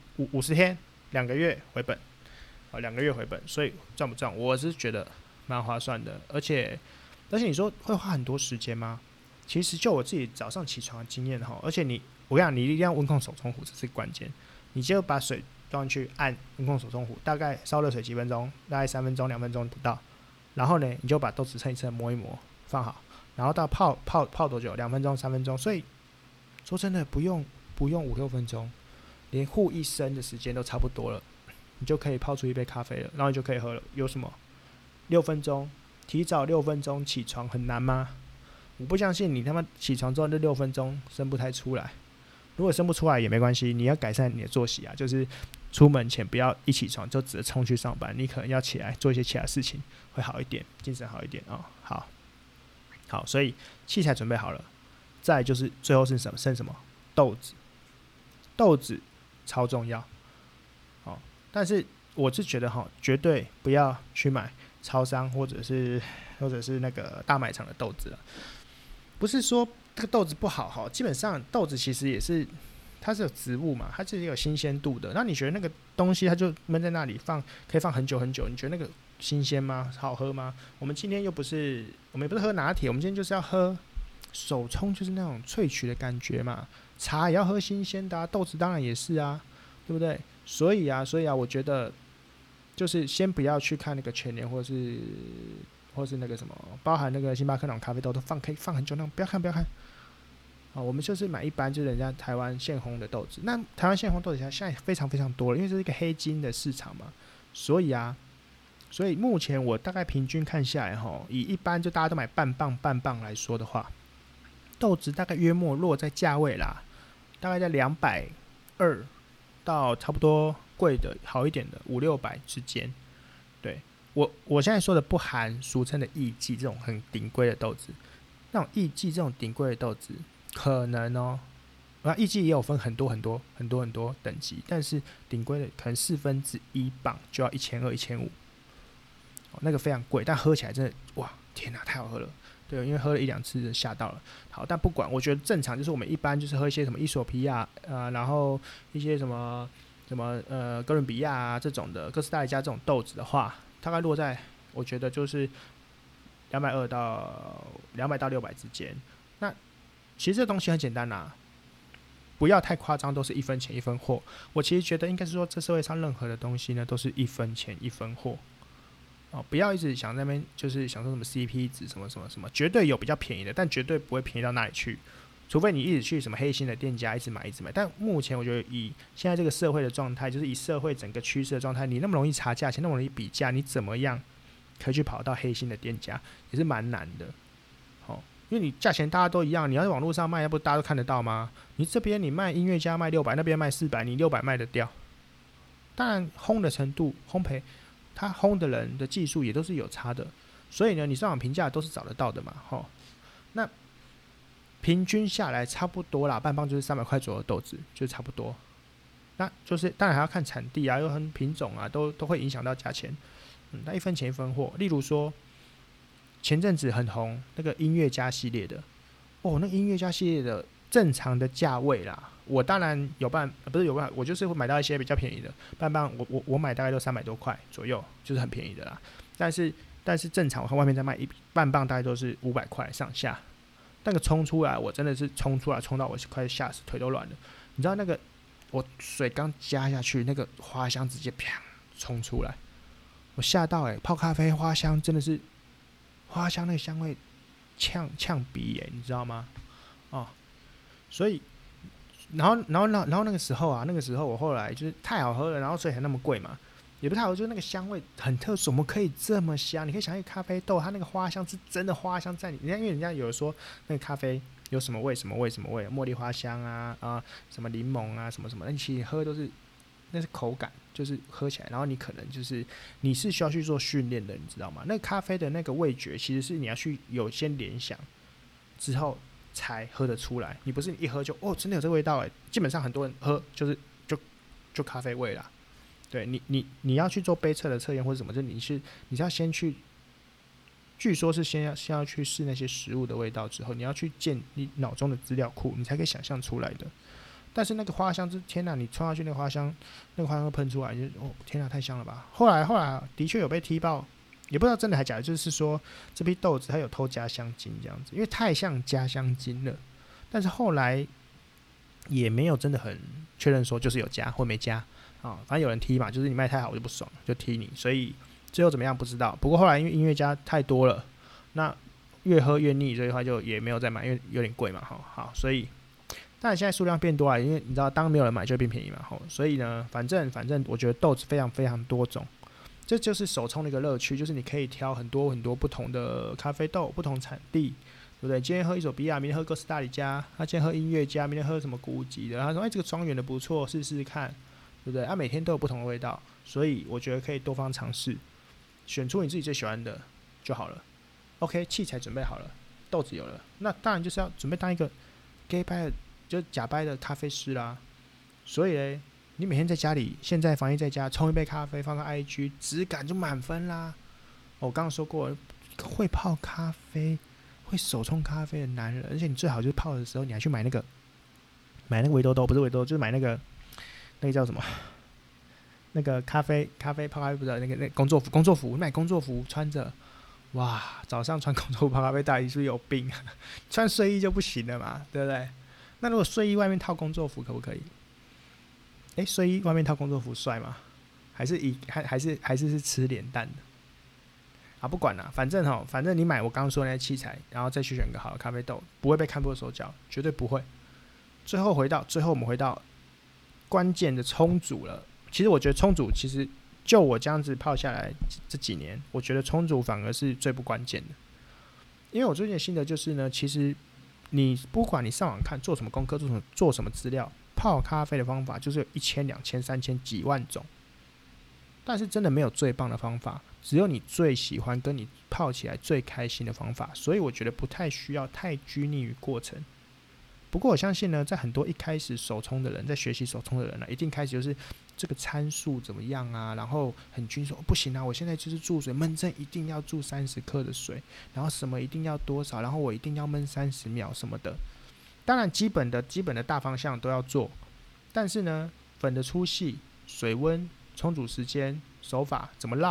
50天，2个月回本，2个月回本，所以赚不赚？我是觉得蛮划算的，而且你说会花很多时间吗？其实就我自己早上起床的经验哈，而且我跟你讲，你一定要温控手冲壶，这是关键。你就把水装进去，按温控手冲壶，大概烧热水几分钟，大概3分钟、2分钟不到。然后呢，你就把豆子称一称，磨一磨，放好。然后到泡多久？2分钟、3分钟。所以说真的不用5、6分钟，连护一生的时间都差不多了，你就可以泡出一杯咖啡了，然后你就可以喝了。有什么？6分钟，提早6分钟起床很难吗？我不相信你他妈起床之后那6分钟生不太出来。如果生不出来也没关系，你要改善你的作息啊，就是出门前不要一起床就直接冲去上班，你可能要起来做一些其他事情，会好一点，精神好一点哦。好，所以器材准备好了，再来就是最后是什么？剩什么？豆子超重要。但是我是觉得绝对不要去买超商或者是那个大卖场的豆子了。不是说这个豆子不好基本上豆子其实也是，它是有植物嘛，它是有新鲜度的。那你觉得那个东西它就闷在那里可以放很久很久，你觉得那个新鲜吗？好喝吗？我们今天也不是喝拿铁，我们今天就是要喝手冲，就是那种萃取的感觉嘛。茶也要喝新鲜的豆子当然也是啊，对不对？所以啊，我觉得就是先不要去看那个全联或是那个什么，包含那个星巴克那种咖啡豆都可以放很久那种，不要看。我们就是买一般就是人家台湾现烘的豆子。那台湾现烘豆子现在非常非常多了，因为这是一个黑金的市场嘛，所以目前我大概平均看下来以一般就大家都买半磅来说的话，豆子大概约莫落在价位啦，大概在220到差不多贵的好一点的5、600之间。对，我现在说的不含俗称的艺妓这种很顶贵的豆子，那种艺妓这种顶贵的豆子可能艺妓也有分很多等级，但是顶贵的可能1/4磅就要1200、1500，那个非常贵，但喝起来真的哇天哪，太好喝了。对，因为喝了1、2次就吓到了。好，但不管，我觉得正常就是我们一般就是喝一些什么伊索比亚然后一些什么哥伦比亚这种的哥斯达黎加这种豆子的话，大概落在我觉得就是220到600之间。那其实这东西很简单啦，不要太夸张，都是1分钱1分货。我其实觉得应该是说，这社会上任何的东西呢，都是1分钱1分货。不要一直想在那边就是想说什么 CP 值什么什么什么，绝对有比较便宜的，但绝对不会便宜到哪里去。除非你一直去什么黑心的店家一直买，但目前我觉得以现在这个社会的状态，就是以社会整个趋势的状态，你那么容易查价钱，那么容易比价，你怎么样可以去跑到黑心的店家，也是蛮难的。因为你价钱大家都一样，你要在网络上卖，要不大家都看得到吗？你这边你卖音乐家卖600，那边卖400，你600卖得掉？当然烘的程度，烘焙他烘的人的技术也都是有差的，所以呢，你上网评价都是找得到的嘛。那平均下来差不多啦，半磅就是300块左右的豆子，就差不多。那就是当然还要看产地啊，又很品种啊，都会影响到价钱。那1分钱1分货。例如说，前阵子很红那个音乐家系列的，那个音乐家系列的正常的价位啦，我当然有办，不是有办法，我就是会买到一些比较便宜的半磅，我买大概都300多块左右，就是很便宜的啦。但是正常我看外面在卖半磅大概都是500块上下。那个冲出来，我真的是冲到我快吓死，腿都软了。你知道那个我水刚加下去，那个花香直接啪冲出来，我吓到泡咖啡花香真的是花香那个香味呛鼻你知道吗？所以然后那个时候我后来就是太好喝了，然后所以才那么贵嘛。也不太好，就是那个香味很特殊，怎么可以这么香？你可以想象咖啡豆，它那个花香是真的花香在你。因为人家有人说那个咖啡有什么味，茉莉花香啊什么柠檬啊什么什么，那其实喝都是那是口感，就是喝起来，然后你可能就是你是需要去做训练的，你知道吗？那个咖啡的那个味觉其实是你要去有先联想之后才喝得出来，你不是你一喝就真的有这个味道基本上很多人喝就咖啡味啦。对你要去做杯测的测验或者什么，就你是要先去，据说是先要去试那些食物的味道之后，你要去建你脑中的资料库，你才可以想象出来的。但是那个花香，天哪！你冲下去那个花香会喷出来，就天哪，太香了吧！后来的确有被踢爆，也不知道真的还假的，就是说这批豆子它有偷加香精这样子，因为太像加香精了。但是后来也没有真的很确认说就是有加或没加。反正有人踢嘛，就是你卖太好我就不爽，就踢你，所以最后怎么样不知道。不过后来因为音乐家太多了，那越喝越腻，所以他就也没有再买，因为有点贵嘛。好，所以当然现在数量变多了，因为你知道当没有人买就会变便宜嘛。所以呢，反正我觉得豆子非常非常多种，这就是手冲的一个乐趣，就是你可以挑很多很多不同的咖啡豆，不同产地，对不对？今天喝伊索比亚，明天喝哥斯达黎加，他今天喝音乐家，明天喝什么古籍的，他说这个庄园的不错，试试看。对不对？每天都有不同的味道，所以我觉得可以多方尝试，选出你自己最喜欢的就好了。OK， 器材准备好了，豆子有了，那当然就是要准备当一个 gay 掰的，就是假掰的咖啡师啦。所以呢，你每天在家里，现在防疫在家，冲一杯咖啡，放个 IG， 质感就满分啦。我刚刚说过，会泡咖啡、会手冲咖啡的男人，而且你最好就是泡的时候，你还去买那个围兜兜，不是围兜兜，就是买那个叫什么？那个咖啡泡咖啡不知道那个工作服，买工作服穿着，哇！早上穿工作服泡咖啡，到底是不是有病？穿睡衣就不行了嘛，对不对？那如果睡衣外面套工作服可不可以？睡衣外面套工作服帅吗？还是吃脸蛋的？不管了，反正你买我刚刚说的那些器材，然后再去选个好的咖啡豆，不会被看破手脚，绝对不会。最后我们回到关键的冲煮了。其实我觉得冲煮，其实就我这样子泡下来这几年，我觉得冲煮反而是最不关键的。因为我最近的心得就是呢，其实你不管你上网看做什么功课，做什么资料，泡咖啡的方法就是有1000、2000、3000几万种，但是真的没有最棒的方法，只有你最喜欢跟你泡起来最开心的方法。所以我觉得不太需要太拘泥于过程。不过我相信呢，在很多一开始手冲的人，在学习手冲的人呢，一定开始就是这个参数怎么样啊，然后很均说不行啊，我现在就是注水，焖蒸一定要注30克的水，然后什么一定要多少，然后我一定要焖30秒什么的。当然基本的大方向都要做，但是呢，粉的粗细、水温、冲煮时间、手法怎么烙，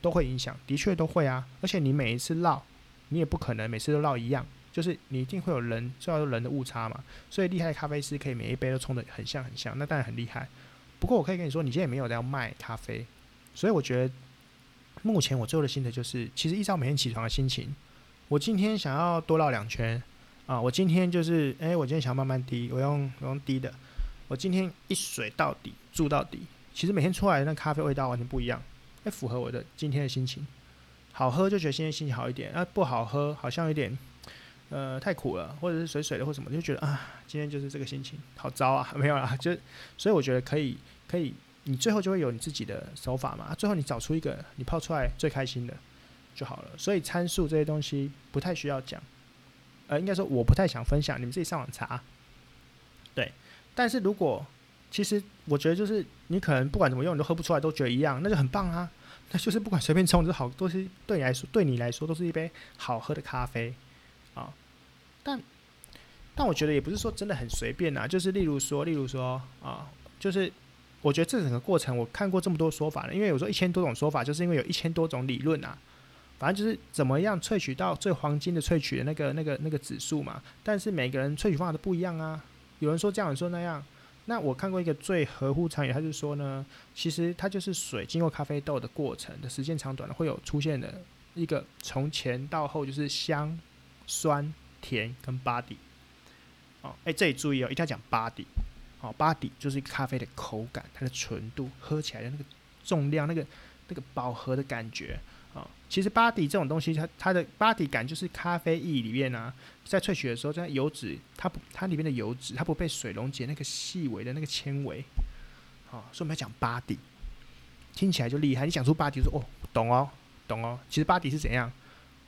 都会影响，的确都会啊。而且你每一次烙，你也不可能每次都烙一样，就是你一定会有人，叫做人的误差嘛。所以厉害的咖啡师可以每一杯都冲得很像，那当然很厉害。不过我可以跟你说，你今天也没有要卖咖啡，所以我觉得目前我最后的心得就是，其实依照每天起床的心情，我今天想要多绕2圈啊，我今天就是，我今天想要慢慢滴，我用滴的，我今天一水到底，注到底，其实每天出来的那咖啡味道完全不一样，符合我的今天的心情。好喝就觉得今天心情好一点，不好喝好像有点太苦了，或者是水水的或什么，就觉得今天就是这个心情，好糟啊，没有啦，所以我觉得可以，你最后就会有你自己的手法嘛，最后你找出一个你泡出来最开心的就好了。所以参数这些东西不太需要讲，应该说我不太想分享，你们自己上网查。对，但是如果其实我觉得就是你可能不管怎么用你都喝不出来，都觉得一样，那就很棒啊，那就是不管随便冲都是对你来说都是一杯好喝的咖啡啊。但我觉得也不是说真的很随便啊，就是例如说啊，就是我觉得这整个过程我看过这么多说法了，因为有时候1000多种说法，就是因为有1000多种理论啊。反正就是怎么样萃取到最黄金的萃取的那个指数嘛。但是每个人萃取方法都不一样啊，有人说这样，有人说那样。那我看过一个最合乎常理，他就说呢，其实它就是水经过咖啡豆的过程的时间长短会有出现的一个从前到后，就是香、酸、甜跟 body。这里注意哦，一定要讲 body。body 就是咖啡的口感，它的纯度，喝起来的那个重量，那个饱和的感觉。其实 body 这种东西，它的 body 感就是咖啡液里面啊，在萃取的时候，在油脂它里面的油脂，它不被水溶解那个细微的那个纤维。所以我们要讲 body， 听起来就厉害。你讲出 body 就说懂哦。其实 body 是怎样？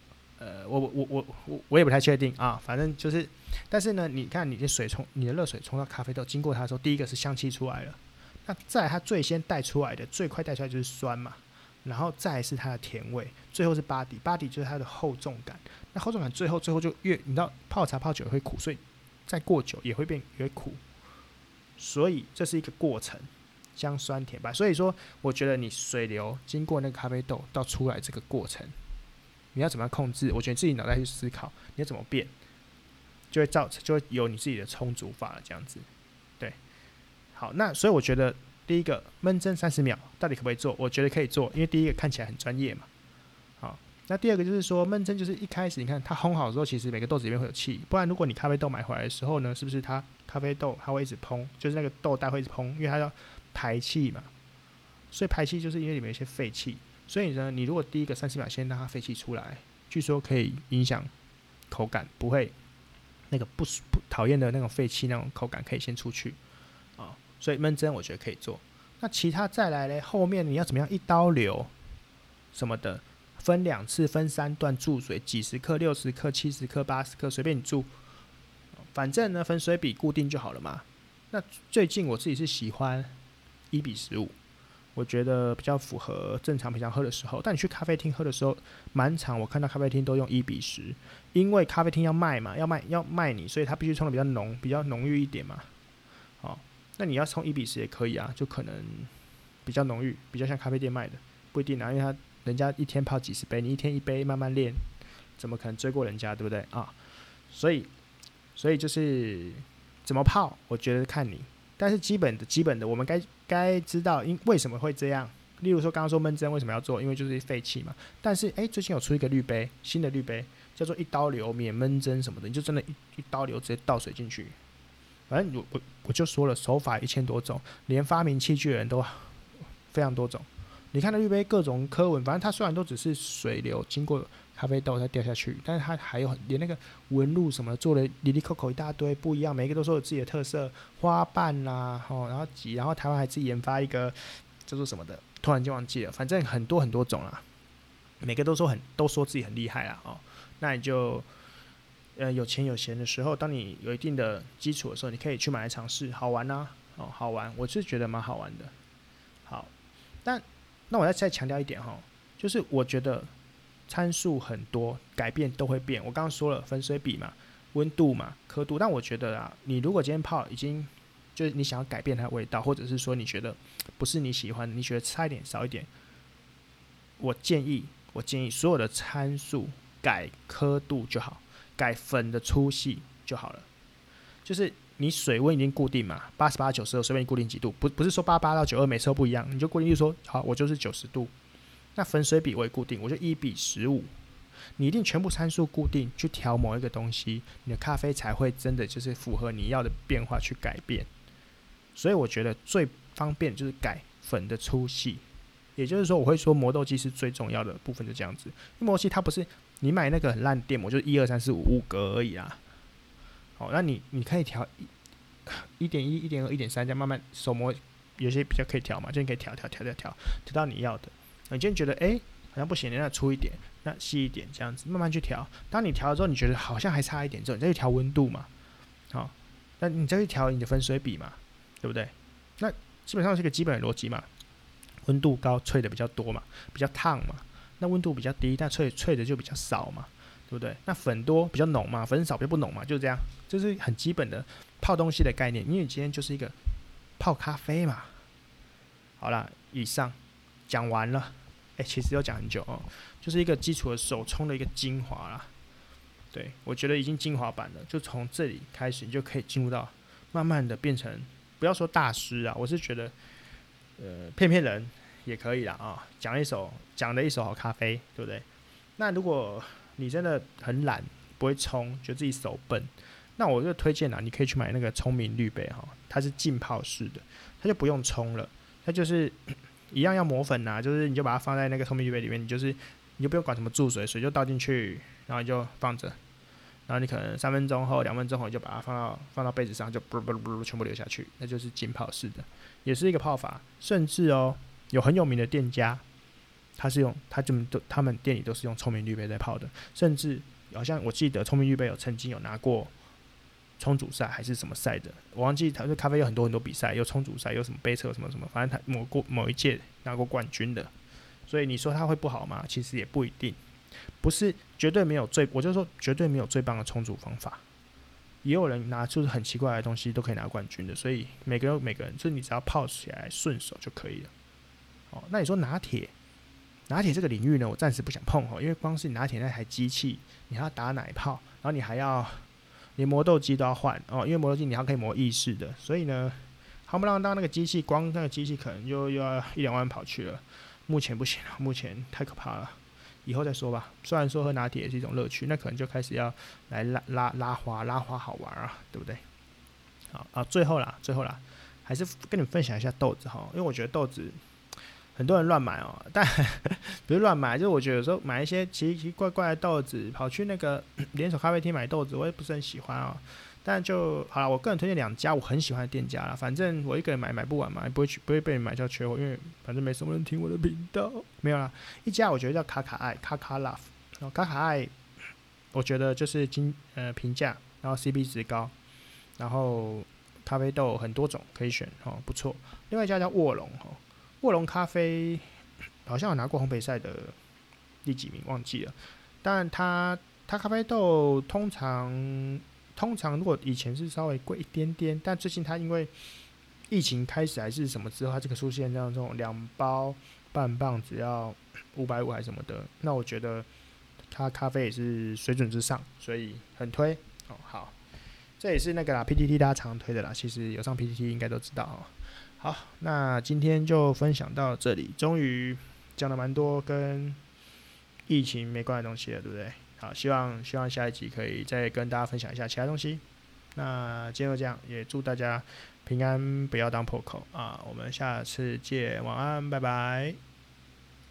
我也不太确定啊，反正就是，但是呢，你看你的热水冲到咖啡豆，经过它的时候，第一个是香气出来了，那再来它最先带出来的，最快带出来就是酸嘛，然后再来是它的甜味，最后是 body 就是它的厚重感。那厚重感最后就你知道泡茶泡久也会苦，所以再过久也会苦，所以这是一个过程，香酸甜白。所以说，我觉得你水流经过那个咖啡豆到出来这个过程，你要怎么样控制？我觉得你自己脑袋去思考，你要怎么变，就会有你自己的冲煮法了，这样子。对，好，那所以我觉得第一个闷蒸30秒到底可不可以做？我觉得可以做，因为第一个看起来很专业嘛。好，那第二个就是说闷蒸就是一开始你看它烘好的时候，其实每个豆子里面会有气，不然如果你咖啡豆买回来的时候呢，是不是它咖啡豆它会一直烹，就是那个豆袋会一直烹，因为它要排气嘛，所以排气就是因为里面有一些废气。所以呢，你如果第一个30秒先让它废气出来，据说可以影响口感，不会那个不讨厌的那种废气那种口感可以先出去所以焖蒸我觉得可以做。那其他再来呢，后面你要怎么样一刀流什么的，分2次分3段注水，几十克、60克、70克、80克，随便你注，反正呢粉水比固定就好了嘛。那最近我自己是喜欢1:15。我觉得比较符合正常平常喝的时候，但你去咖啡厅喝的时候，蛮常我看到咖啡厅都用1:10，因为咖啡厅要卖嘛，要卖你，所以它必须冲的比较浓郁一点嘛。那你要冲1:10也可以啊，就可能比较浓郁，比较像咖啡店卖的，不一定啊，因为人家一天泡几十杯，你一天1杯慢慢练，怎么可能追过人家，对不对啊？所以就是怎么泡，我觉得看你。但是基本的，我们该知道为什么会这样。例如说，刚刚说焖蒸为什么要做？因为就是废气嘛。但是最近有出一个新的滤杯，叫做一刀流免焖蒸什么的，你就真的一刀流直接倒水进去。反正我就说了，手法1000多种，连发明器具的人都非常多种。你看那滤杯各种科文，反正它虽然都只是水流经过咖啡豆再掉下去，但是它还有连那个纹路什么的做的里里扣扣一大堆不一样，每一个都说有自己的特色，花瓣啦，然后台湾还自己研发一个叫做什么的，突然就忘记了，反正很多很多种啦，每个都说自己很厉害啦那你就有钱有闲的时候，当你有一定的基础的时候，你可以去买来尝试，好玩啊好玩，我是觉得蛮好玩的。好，那我再强调一点就是我觉得参数很多，改变都会变。我刚刚说了粉水比嘛，温度嘛，刻度。但我觉得你如果今天泡已经就是你想要改变它的味道，或者是说你觉得不是你喜欢的，你觉得差一点少一点， 我建议所有的参数改刻度就好，改粉的粗细就好了。就是你水温已经固定嘛，88、92随便你固定几度，不是说88到92每次都不一样，你就固定就说好，我就是90度。那粉水比我也固定，我就1:15。你一定全部参数固定去调某一个东西，你的咖啡才会真的就是符合你要的变化去改变。所以我觉得最方便就是改粉的粗细。也就是说，我会说磨豆机是最重要的部分，就这样子。因为磨豆机它不是你买那个很烂电磨，就是1、2、3、4、5格而已啦。好，那你可以调1.1、1.2、1.3这样慢慢手磨，有些比较可以调嘛，就你可以调到你要的。你今天觉得好像不行，那粗一点，那细一点，这样子慢慢去调。当你调了之后，你觉得好像还差一点之后，你再去调温度嘛，好，那你再去调你的粉水比嘛，对不对？那基本上是个基本的逻辑嘛。温度高萃的比较多嘛，比较烫嘛。那温度比较低，但萃的就比较少嘛，对不对？那粉多比较浓嘛，粉少比较不浓嘛，就这样，这是很基本的泡东西的概念。因为你今天就是一个泡咖啡嘛。好啦，以上讲完了。其实要讲很久哦，就是一个基础的手冲的一个精华啦。对，我觉得已经精华版了，就从这里开始，你就可以进入到慢慢的变成，不要说大师啊，我是觉得。骗人也可以啦啊，讲了一手好咖啡，对不对？那如果你真的很懒，不会冲，觉得自己手笨，那我就推荐啦，你可以去买那个聪明滤杯哈，它是浸泡式的，它就不用冲了，它就是一样要磨粉呐，就是你就把它放在那个聪明滤杯里面，你就不用管什么注水，水就倒进去，然后你就放着。然后你可能3分钟后、2分钟后，你就把它放到杯子上，就全部流下去，那就是浸泡式的，也是一个泡法。甚至有很有名的店家，他们店里都是用聪明滤杯在泡的。甚至好像我记得聪明滤杯曾经有拿过冲煮赛还是什么赛的，我忘记。它咖啡有很多比赛，有冲煮赛，有什么杯测什么什么，反正他某一届拿过冠军的。所以你说它会不好吗？其实也不一定。不是绝对没有我就说绝对没有最棒的冲煮方法，也有人拿出很奇怪的东西都可以拿冠军的，所以每个人，就是你只要泡起来顺手就可以了。那你说拿铁这个领域呢，我暂时不想碰因为光是拿铁那台机器，你还要打奶泡，然后你还要连磨豆机都要换因为磨豆机你还可以磨意式的，所以呢，夯不啷当那个机器，光那个机器可能又要1-2万跑去了。目前不行了，目前太可怕了。以后再说吧。虽然说喝拿铁也是一种乐趣，那可能就开始要来拉花好玩啊，对不对？好啊，最后啦，还是跟你们分享一下豆子哈，因为我觉得豆子很多人乱买但不是乱买，就是我觉得有时候买一些奇奇怪怪的豆子，跑去那个连锁咖啡厅买豆子，我也不是很喜欢但就好了，我个人推荐2家我很喜欢的店家啦。反正我一个人买不完嘛，也不会被人买到缺货，因为反正没什么人听我的频道。没有啦，一家我觉得叫卡卡爱 Love， 卡卡爱我觉得就是平价，然后 CP 值高，然后咖啡豆很多种可以选不错。另外一家叫卧龙咖啡，好像有拿过烘焙赛的第几名忘记了，但它咖啡豆通常如果以前是稍微贵一点点，但最近它因为疫情开始还是什么之后，它这个出现这种2包半磅只要550还是什么的，那我觉得它咖啡也是水准之上，所以很推好，这也是那个啦 PTT 大家常推的啦，其实有上 PTT 应该都知道好，那今天就分享到这里，终于讲了蛮多跟疫情没关的东西了，对不对？好，希望下一集可以再跟大家分享一下其他东西。那今天就这样，也祝大家平安，不要当破口啊！我们下次见，晚安，拜拜。